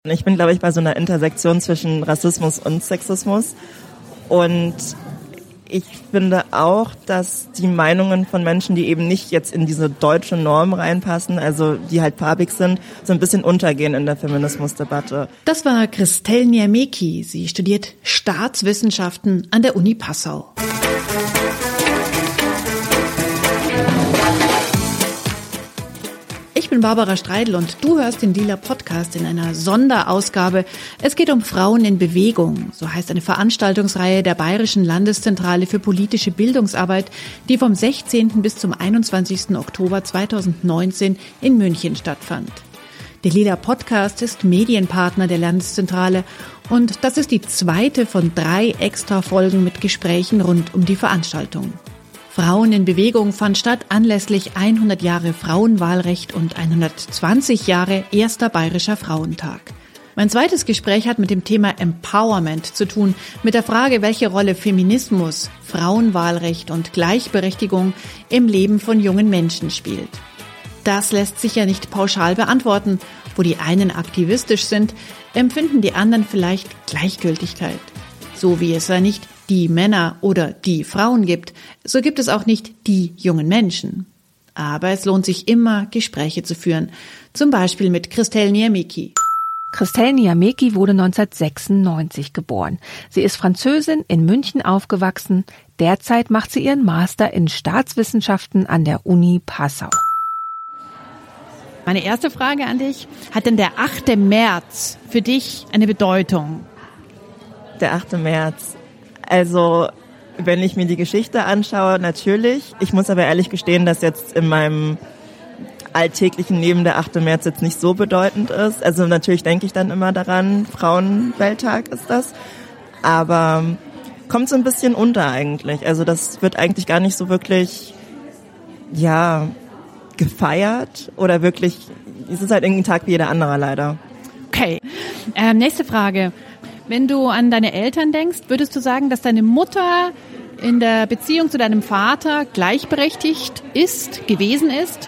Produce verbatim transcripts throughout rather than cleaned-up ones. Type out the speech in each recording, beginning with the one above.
Ich bin, glaube ich, bei so einer Intersektion zwischen Rassismus und Sexismus. Und ich finde auch, dass die Meinungen von Menschen, die eben nicht jetzt in diese deutsche Norm reinpassen, also die halt farbig sind, so ein bisschen untergehen in der Feminismusdebatte. Das war Christelle Niameki. Sie studiert Staatswissenschaften an der Uni Passau. Ich bin Barbara Streidl und du hörst den Lila Podcast in einer Sonderausgabe. Es geht um Frauen in Bewegung. So heißt eine Veranstaltungsreihe der Bayerischen Landeszentrale für politische Bildungsarbeit, die vom sechzehnten bis zum einundzwanzigsten Oktober zweitausendneunzehn in München stattfand. Der Lila Podcast ist Medienpartner der Landeszentrale und das ist die zweite von drei Extra-Folgen mit Gesprächen rund um die Veranstaltung. Frauen in Bewegung fand statt anlässlich hundert Jahre Frauenwahlrecht und hundertzwanzig Jahre erster Bayerischer Frauentag. Mein zweites Gespräch hat mit dem Thema Empowerment zu tun, mit der Frage, welche Rolle Feminismus, Frauenwahlrecht und Gleichberechtigung im Leben von jungen Menschen spielt. Das lässt sich ja nicht pauschal beantworten. Wo die einen aktivistisch sind, empfinden die anderen vielleicht Gleichgültigkeit. So wie es ja nicht die Männer oder die Frauen gibt, so gibt es auch nicht die jungen Menschen. Aber es lohnt sich immer, Gespräche zu führen. Zum Beispiel mit Christelle Niameki. Christelle Niameki wurde neunzehnhundertsechsundneunzig geboren. Sie ist Französin, in München aufgewachsen. Derzeit macht sie ihren Master in Staatswissenschaften an der Uni Passau. Meine erste Frage an dich: Hat denn der achte März für dich eine Bedeutung? Der achte März. Also, wenn ich mir die Geschichte anschaue, natürlich. Ich muss aber ehrlich gestehen, dass jetzt in meinem alltäglichen Leben der achte März jetzt nicht so bedeutend ist. Also natürlich denke ich dann immer daran, Frauenwelttag ist das. Aber kommt so ein bisschen unter eigentlich. Also das wird eigentlich gar nicht so wirklich, ja, gefeiert oder wirklich, es ist halt irgendein Tag wie jeder andere leider. Okay, ähm, nächste Frage. Wenn du an deine Eltern denkst, würdest du sagen, dass deine Mutter in der Beziehung zu deinem Vater gleichberechtigt ist, gewesen ist?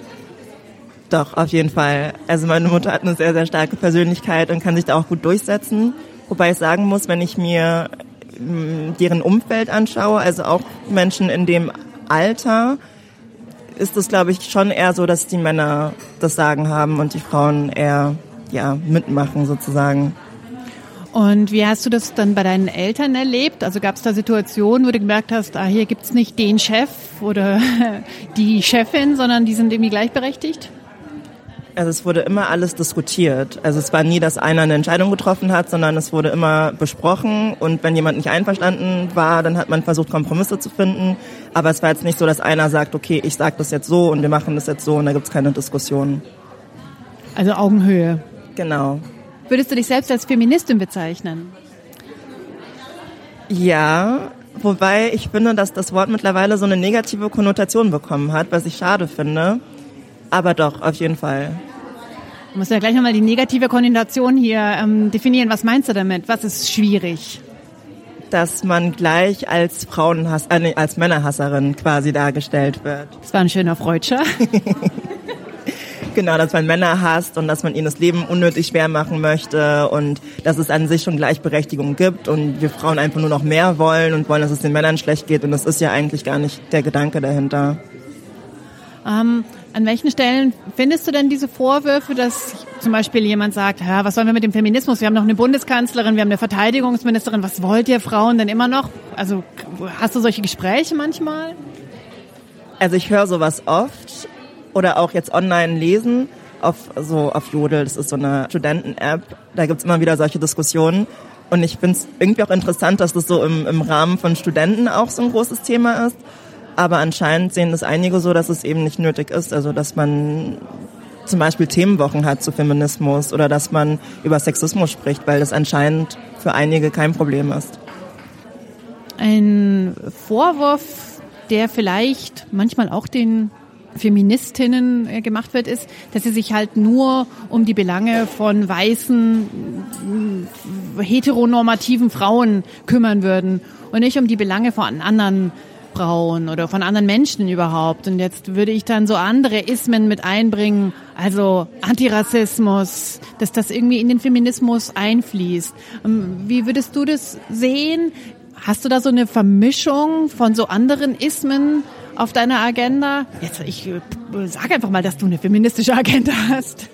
Doch, auf jeden Fall. Also meine Mutter hat eine sehr, sehr starke Persönlichkeit und kann sich da auch gut durchsetzen. Wobei ich sagen muss, wenn ich mir deren Umfeld anschaue, also auch Menschen in dem Alter, ist es, glaube ich, schon eher so, dass die Männer das Sagen haben und die Frauen eher ja mitmachen sozusagen. Und wie hast du das dann bei deinen Eltern erlebt? Also gab es da Situationen, wo du gemerkt hast, ah, hier gibt's nicht den Chef oder die Chefin, sondern die sind irgendwie gleichberechtigt? Also es wurde immer alles diskutiert. Also es war nie, dass einer eine Entscheidung getroffen hat, sondern es wurde immer besprochen. Und wenn jemand nicht einverstanden war, dann hat man versucht, Kompromisse zu finden. Aber es war jetzt nicht so, dass einer sagt, okay, ich sage das jetzt so und wir machen das jetzt so und da gibt's keine Diskussion. Also Augenhöhe. Genau. Würdest du dich selbst als Feministin bezeichnen? Ja, wobei ich finde, dass das Wort mittlerweile so eine negative Konnotation bekommen hat, was ich schade finde. Aber doch, auf jeden Fall. Du musst ja gleich nochmal die negative Konnotation hier ähm, definieren. Was meinst du damit? Was ist schwierig? Dass man gleich als Frauenhass, äh, als Männerhasserin quasi dargestellt wird. Das war ein schöner Freudscher. Genau, dass man Männer hasst und dass man ihnen das Leben unnötig schwer machen möchte und dass es an sich schon Gleichberechtigung gibt und wir Frauen einfach nur noch mehr wollen und wollen, dass es den Männern schlecht geht und das ist ja eigentlich gar nicht der Gedanke dahinter. Ähm, an welchen Stellen findest du denn diese Vorwürfe, dass zum Beispiel jemand sagt, ja, was sollen wir mit dem Feminismus? Wir haben noch eine Bundeskanzlerin, wir haben eine Verteidigungsministerin, was wollt ihr Frauen denn immer noch? Also hast du solche Gespräche manchmal? Also ich höre sowas oft. Oder auch jetzt online lesen, auf so auf Jodel, das ist so eine Studenten-App, da gibt's immer wieder solche Diskussionen. Und ich finde es irgendwie auch interessant, dass das so im, im Rahmen von Studenten auch so ein großes Thema ist. Aber anscheinend sehen das einige so, dass es eben nicht nötig ist. Also dass man zum Beispiel Themenwochen hat zu Feminismus oder dass man über Sexismus spricht, weil das anscheinend für einige kein Problem ist. Ein Vorwurf, der vielleicht manchmal auch den Feministinnen gemacht wird, ist, dass sie sich halt nur um die Belange von weißen, heteronormativen Frauen kümmern würden und nicht um die Belange von anderen Frauen oder von anderen Menschen überhaupt. Und jetzt würde ich dann so andere Ismen mit einbringen, also Antirassismus, dass das irgendwie in den Feminismus einfließt. Wie würdest du das sehen? Hast du da so eine Vermischung von so anderen Ismen auf deiner Agenda? Jetzt, ich sag einfach mal, dass du eine feministische Agenda hast.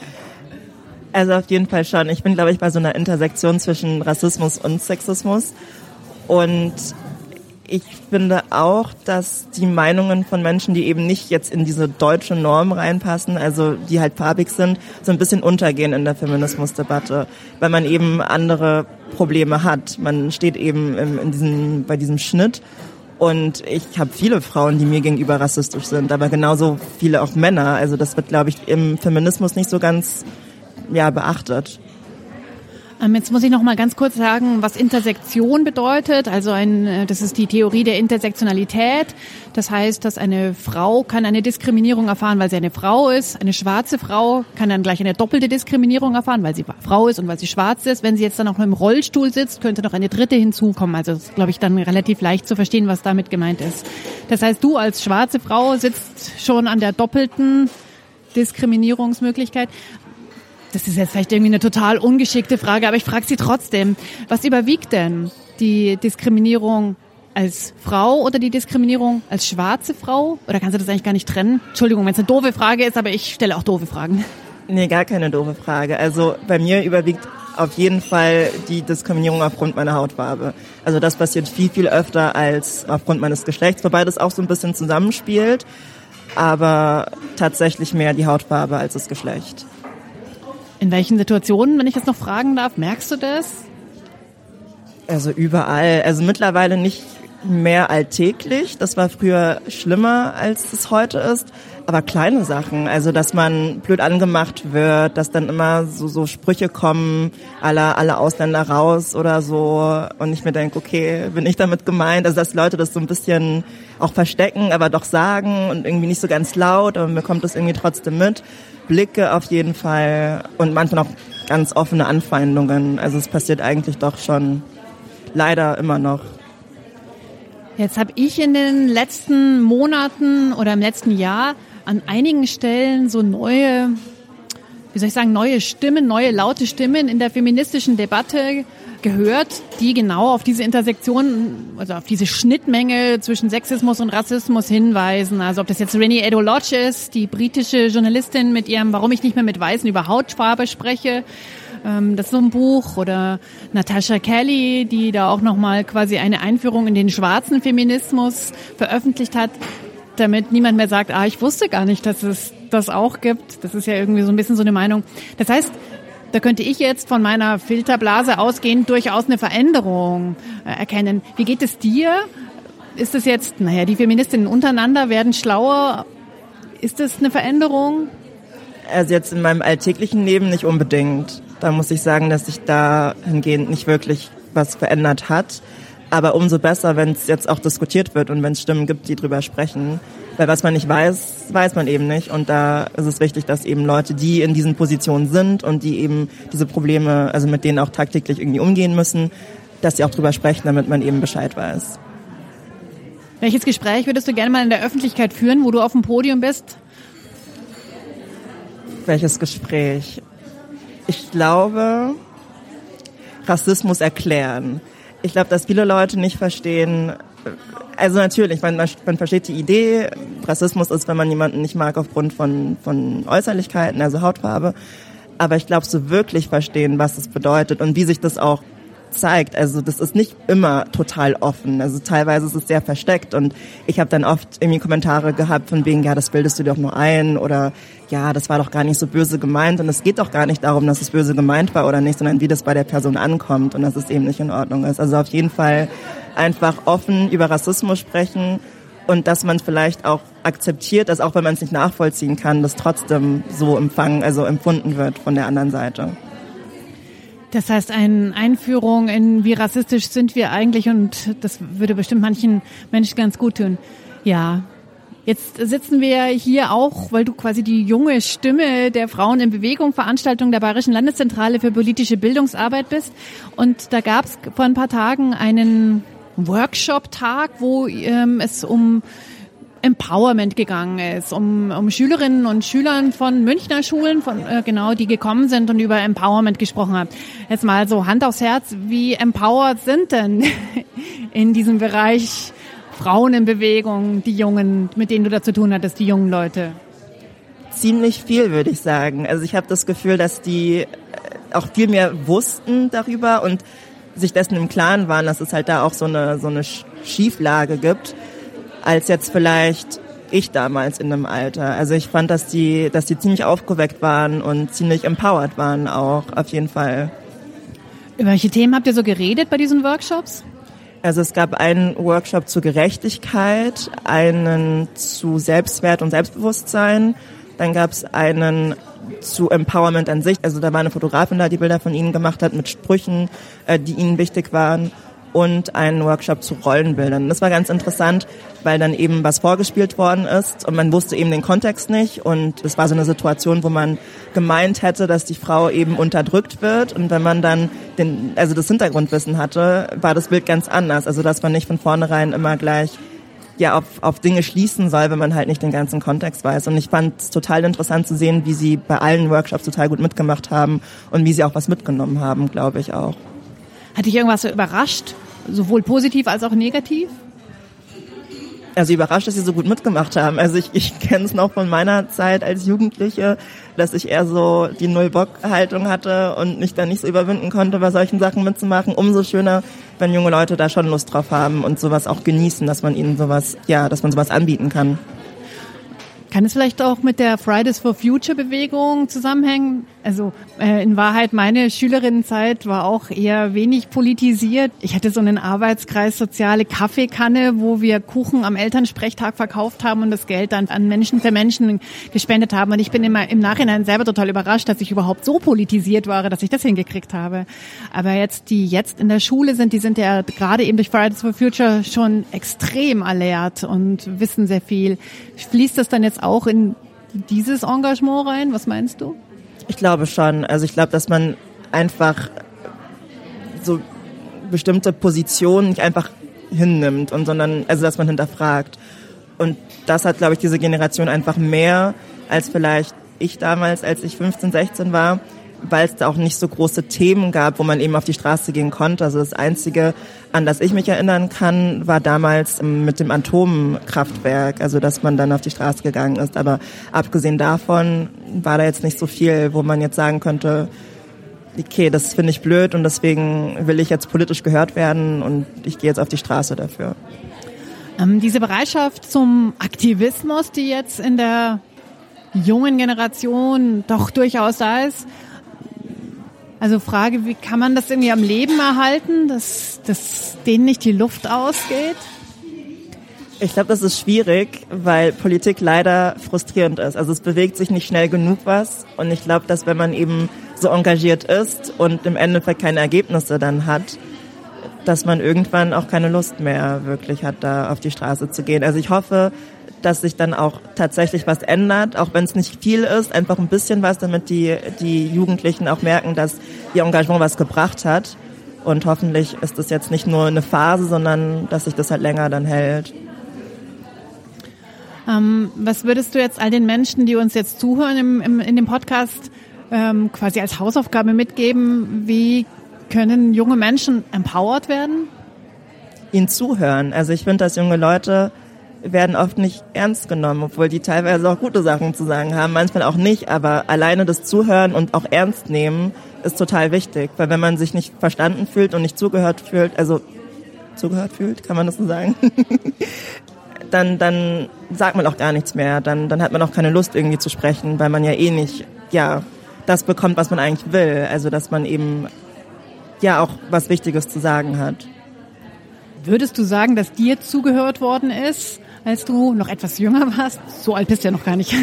Also auf jeden Fall schon. Ich bin, glaube ich, bei so einer Intersektion zwischen Rassismus und Sexismus. Und ich finde auch, dass die Meinungen von Menschen, die eben nicht jetzt in diese deutsche Norm reinpassen, also die halt farbig sind, so ein bisschen untergehen in der Feminismusdebatte, weil man eben andere Probleme hat. Man steht eben in, in diesem, bei diesem Schnitt. Und ich habe viele Frauen, die mir gegenüber rassistisch sind, aber genauso viele auch Männer. Also das wird, glaube ich, im Feminismus nicht so ganz ja, beachtet. Jetzt muss ich noch mal ganz kurz sagen, was Intersektion bedeutet. Also ein, das ist die Theorie der Intersektionalität. Das heißt, dass eine Frau kann eine Diskriminierung erfahren, weil sie eine Frau ist. Eine schwarze Frau kann dann gleich eine doppelte Diskriminierung erfahren, weil sie Frau ist und weil sie schwarz ist. Wenn sie jetzt dann auch noch im Rollstuhl sitzt, könnte noch eine dritte hinzukommen. Also das ist, glaube ich, dann relativ leicht zu verstehen, was damit gemeint ist. Das heißt, du als schwarze Frau sitzt schon an der doppelten Diskriminierungsmöglichkeit. Das ist jetzt vielleicht irgendwie eine total ungeschickte Frage, aber ich frage sie trotzdem. Was überwiegt denn? Die Diskriminierung als Frau oder die Diskriminierung als schwarze Frau? Oder kannst du das eigentlich gar nicht trennen? Entschuldigung, wenn es eine doofe Frage ist, aber ich stelle auch doofe Fragen. Nee, gar keine doofe Frage. Also bei mir überwiegt auf jeden Fall die Diskriminierung aufgrund meiner Hautfarbe. Also das passiert viel, viel öfter als aufgrund meines Geschlechts, wobei das auch so ein bisschen zusammenspielt, aber tatsächlich mehr die Hautfarbe als das Geschlecht. In welchen Situationen, wenn ich das noch fragen darf, merkst du das? Also überall. Also mittlerweile nicht mehr alltäglich. Das war früher schlimmer, als es heute ist. Aber kleine Sachen. Also, dass man blöd angemacht wird, dass dann immer so, so Sprüche kommen, alle, alle Ausländer raus oder so. Und ich mir denke, okay, bin ich damit gemeint? Also, dass Leute das so ein bisschen auch verstecken, aber doch sagen und irgendwie nicht so ganz laut. Aber man bekommt das irgendwie trotzdem mit. Blicke auf jeden Fall und manchmal auch ganz offene Anfeindungen. Also es passiert eigentlich doch schon leider immer noch. Jetzt habe ich in den letzten Monaten oder im letzten Jahr an einigen Stellen so neue, wie soll ich sagen, neue Stimmen, neue laute Stimmen in der feministischen Debatte gehört, die genau auf diese Intersektion, also auf diese Schnittmenge zwischen Sexismus und Rassismus hinweisen. Also ob das jetzt Renée Eddo-Lodge ist, die britische Journalistin mit ihrem Warum ich nicht mehr mit Weißen über Hautfarbe spreche, ähm, das ist so ein Buch, oder Natasha Kelly, die da auch nochmal quasi eine Einführung in den schwarzen Feminismus veröffentlicht hat, damit niemand mehr sagt, ah, ich wusste gar nicht, dass es das auch gibt. Das ist ja irgendwie so ein bisschen so eine Meinung. Das heißt, da könnte ich jetzt von meiner Filterblase ausgehend durchaus eine Veränderung äh, erkennen. Wie geht es dir? Ist es jetzt, naja, die Feministinnen untereinander werden schlauer? Ist das eine Veränderung? Also jetzt in meinem alltäglichen Leben nicht unbedingt. Da muss ich sagen, dass sich dahingehend nicht wirklich was verändert hat. Aber umso besser, wenn es jetzt auch diskutiert wird und wenn es Stimmen gibt, die drüber sprechen. Weil was man nicht weiß, weiß man eben nicht. Und da ist es wichtig, dass eben Leute, die in diesen Positionen sind und die eben diese Probleme, also mit denen auch tagtäglich irgendwie umgehen müssen, dass sie auch drüber sprechen, damit man eben Bescheid weiß. Welches Gespräch würdest du gerne mal in der Öffentlichkeit führen, wo du auf dem Podium bist? Welches Gespräch? Ich glaube, Rassismus erklären. Ich glaube, dass viele Leute nicht verstehen, also natürlich, man, man versteht die Idee, Rassismus ist, wenn man jemanden nicht mag aufgrund von, von Äußerlichkeiten, also Hautfarbe, aber ich glaube, so wirklich verstehen, was es bedeutet und wie sich das auch zeigt. Also das ist nicht immer total offen, also teilweise ist es sehr versteckt und ich habe dann oft irgendwie Kommentare gehabt von wegen, ja, das bildest du dir doch nur ein oder ja, das war doch gar nicht so böse gemeint und es geht doch gar nicht darum, dass es böse gemeint war oder nicht, sondern wie das bei der Person ankommt und dass es eben nicht in Ordnung ist. Also auf jeden Fall einfach offen über Rassismus sprechen und dass man vielleicht auch akzeptiert, dass auch wenn man es nicht nachvollziehen kann, das trotzdem so empfangen, also empfunden wird von der anderen Seite. Das heißt, eine Einführung in wie rassistisch sind wir eigentlich und das würde bestimmt manchen Menschen ganz gut tun. Ja, jetzt sitzen wir hier auch, weil du quasi die junge Stimme der Frauen in Bewegung Veranstaltung der Bayerischen Landeszentrale für politische Bildungsarbeit bist. Und da gab es vor ein paar Tagen einen Workshop-Tag, wo ähm, es um Empowerment gegangen ist, um, um Schülerinnen und Schülern von Münchner Schulen, von äh, genau, die gekommen sind und über Empowerment gesprochen haben. Jetzt mal so Hand aufs Herz, wie empowered sind denn in diesem Bereich Frauen in Bewegung, die Jungen, mit denen du da zu tun hattest, die jungen Leute? Ziemlich viel, würde ich sagen. Also ich habe das Gefühl, dass die auch viel mehr wussten darüber und sich dessen im Klaren waren, dass es halt da auch so eine so eine Schieflage gibt, als jetzt vielleicht ich damals in einem Alter. Also ich fand, dass die, dass die ziemlich aufgeweckt waren und ziemlich empowered waren auch, auf jeden Fall. Über welche Themen habt ihr so geredet bei diesen Workshops? Also es gab einen Workshop zur Gerechtigkeit, einen zu Selbstwert und Selbstbewusstsein. Dann gab es einen zu Empowerment an sich. Also da war eine Fotografin da, die Bilder von ihnen gemacht hat mit Sprüchen, die ihnen wichtig waren. Und einen Workshop zu Rollenbildern. Das war ganz interessant, weil dann eben was vorgespielt worden ist und man wusste eben den Kontext nicht und es war so eine Situation, wo man gemeint hätte, dass die Frau eben unterdrückt wird und wenn man dann den, also das Hintergrundwissen hatte, war das Bild ganz anders. Also dass man nicht von vornherein immer gleich ja auf, auf Dinge schließen soll, wenn man halt nicht den ganzen Kontext weiß. Und ich fand es total interessant zu sehen, wie sie bei allen Workshops total gut mitgemacht haben und wie sie auch was mitgenommen haben, glaube ich auch. Hat dich irgendwas so überrascht? Sowohl positiv als auch negativ? Also überrascht, dass sie so gut mitgemacht haben. Also ich, ich kenne es noch von meiner Zeit als Jugendliche, dass ich eher so die Null-Bock-Haltung hatte und mich dann nicht so überwinden konnte, bei solchen Sachen mitzumachen. Umso schöner, wenn junge Leute da schon Lust drauf haben und sowas auch genießen, dass man ihnen sowas, ja, dass man sowas anbieten kann. Kann es vielleicht auch mit der Fridays for Future Bewegung zusammenhängen? Also äh, in Wahrheit, meine Schülerinnenzeit war auch eher wenig politisiert. Ich hatte so einen Arbeitskreis Soziale Kaffeekanne, wo wir Kuchen am Elternsprechtag verkauft haben und das Geld dann an Menschen für Menschen gespendet haben. Und ich bin immer im Nachhinein selber total überrascht, dass ich überhaupt so politisiert war, dass ich das hingekriegt habe. Aber jetzt, die jetzt in der Schule sind, die sind ja gerade eben durch Fridays for Future schon extrem alert und wissen sehr viel. Fließt das dann jetzt auch in dieses Engagement rein? Was meinst du? Ich glaube schon. Also ich glaube, dass man einfach so bestimmte Positionen nicht einfach hinnimmt und sondern, also dass man hinterfragt. Und das hat, glaube ich, diese Generation einfach mehr als vielleicht ich damals, als ich fünfzehn, sechzehn war, weil es da auch nicht so große Themen gab, wo man eben auf die Straße gehen konnte. Also das Einzige, an das ich mich erinnern kann, war damals mit dem Atomkraftwerk, also dass man dann auf die Straße gegangen ist. Aber abgesehen davon war da jetzt nicht so viel, wo man jetzt sagen könnte, okay, das finde ich blöd und deswegen will ich jetzt politisch gehört werden und ich gehe jetzt auf die Straße dafür. Ähm, diese Bereitschaft zum Aktivismus, die jetzt in der jungen Generation doch durchaus da ist, also Frage, wie kann man das irgendwie am Leben erhalten, dass, dass denen nicht die Luft ausgeht? Ich glaube, das ist schwierig, weil Politik leider frustrierend ist. Also es bewegt sich nicht schnell genug was und ich glaube, dass wenn man eben so engagiert ist und im Endeffekt keine Ergebnisse dann hat, dass man irgendwann auch keine Lust mehr wirklich hat, da auf die Straße zu gehen. Also ich hoffe, dass sich dann auch tatsächlich was ändert, auch wenn es nicht viel ist, einfach ein bisschen was, damit die, die Jugendlichen auch merken, dass ihr Engagement was gebracht hat. Und hoffentlich ist das jetzt nicht nur eine Phase, sondern dass sich das halt länger dann hält. Ähm, was würdest du jetzt all den Menschen, die uns jetzt zuhören im, im, in dem Podcast, ähm, quasi als Hausaufgabe mitgeben? Wie können junge Menschen empowered werden? Ihnen zuhören. Also ich finde, dass junge Leute werden oft nicht ernst genommen, obwohl die teilweise auch gute Sachen zu sagen haben, manchmal auch nicht, aber alleine das Zuhören und auch ernst nehmen ist total wichtig, weil wenn man sich nicht verstanden fühlt und nicht zugehört fühlt, also zugehört fühlt, kann man das so sagen, dann, dann sagt man auch gar nichts mehr, dann, dann hat man auch keine Lust irgendwie zu sprechen, weil man ja eh nicht, ja, das bekommt, was man eigentlich will, also dass man eben ja auch was Wichtiges zu sagen hat. Würdest du sagen, dass dir zugehört worden ist, als du noch etwas jünger warst? So alt bist du ja noch gar nicht.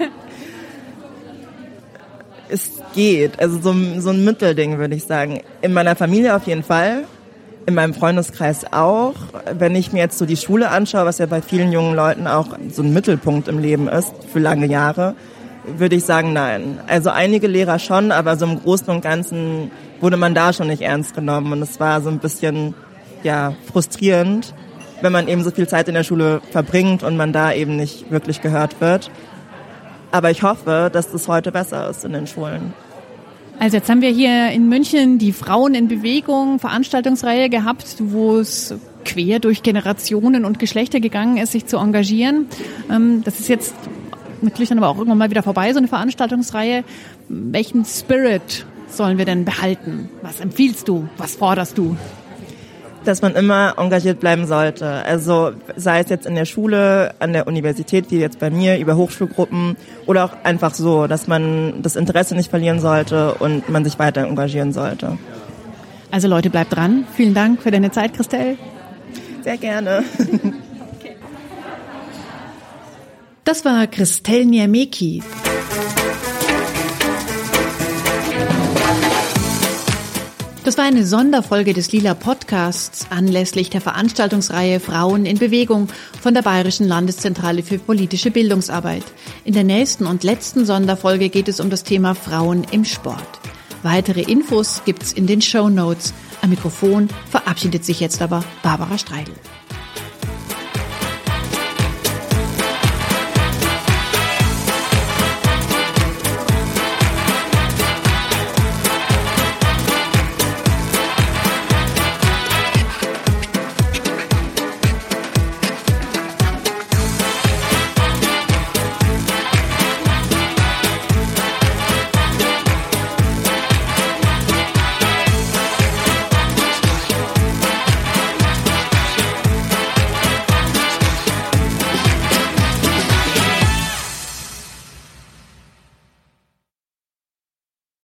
Es geht, also so, so ein Mittelding, würde ich sagen. In meiner Familie auf jeden Fall, in meinem Freundeskreis auch. Wenn ich mir jetzt so die Schule anschaue, was ja bei vielen jungen Leuten auch so ein Mittelpunkt im Leben ist, für lange Jahre, würde ich sagen, nein. Also einige Lehrer schon, aber so im Großen und Ganzen wurde man da schon nicht ernst genommen und es war so ein bisschen, ja, frustrierend, wenn man eben so viel Zeit in der Schule verbringt und man da eben nicht wirklich gehört wird. Aber ich hoffe, dass das heute besser ist in den Schulen. Also jetzt haben wir hier in München die Frauen in Bewegung Veranstaltungsreihe gehabt, wo es quer durch Generationen und Geschlechter gegangen ist, sich zu engagieren. Das ist jetzt natürlich dann aber auch irgendwann mal wieder vorbei, so eine Veranstaltungsreihe. Welchen Spirit sollen wir denn behalten? Was empfiehlst du? Was forderst du? Dass man immer engagiert bleiben sollte. Also sei es jetzt in der Schule, an der Universität, wie jetzt bei mir, über Hochschulgruppen oder auch einfach so, dass man das Interesse nicht verlieren sollte und man sich weiter engagieren sollte. Also Leute, bleibt dran. Vielen Dank für deine Zeit, Christelle. Sehr gerne. Okay. Das war Christelle Niameki. Das war eine Sonderfolge des Lila Podcasts anlässlich der Veranstaltungsreihe Frauen in Bewegung von der Bayerischen Landeszentrale für politische Bildungsarbeit. In der nächsten und letzten Sonderfolge geht es um das Thema Frauen im Sport. Weitere Infos gibt's in den Shownotes. Am Mikrofon verabschiedet sich jetzt aber Barbara Streidel.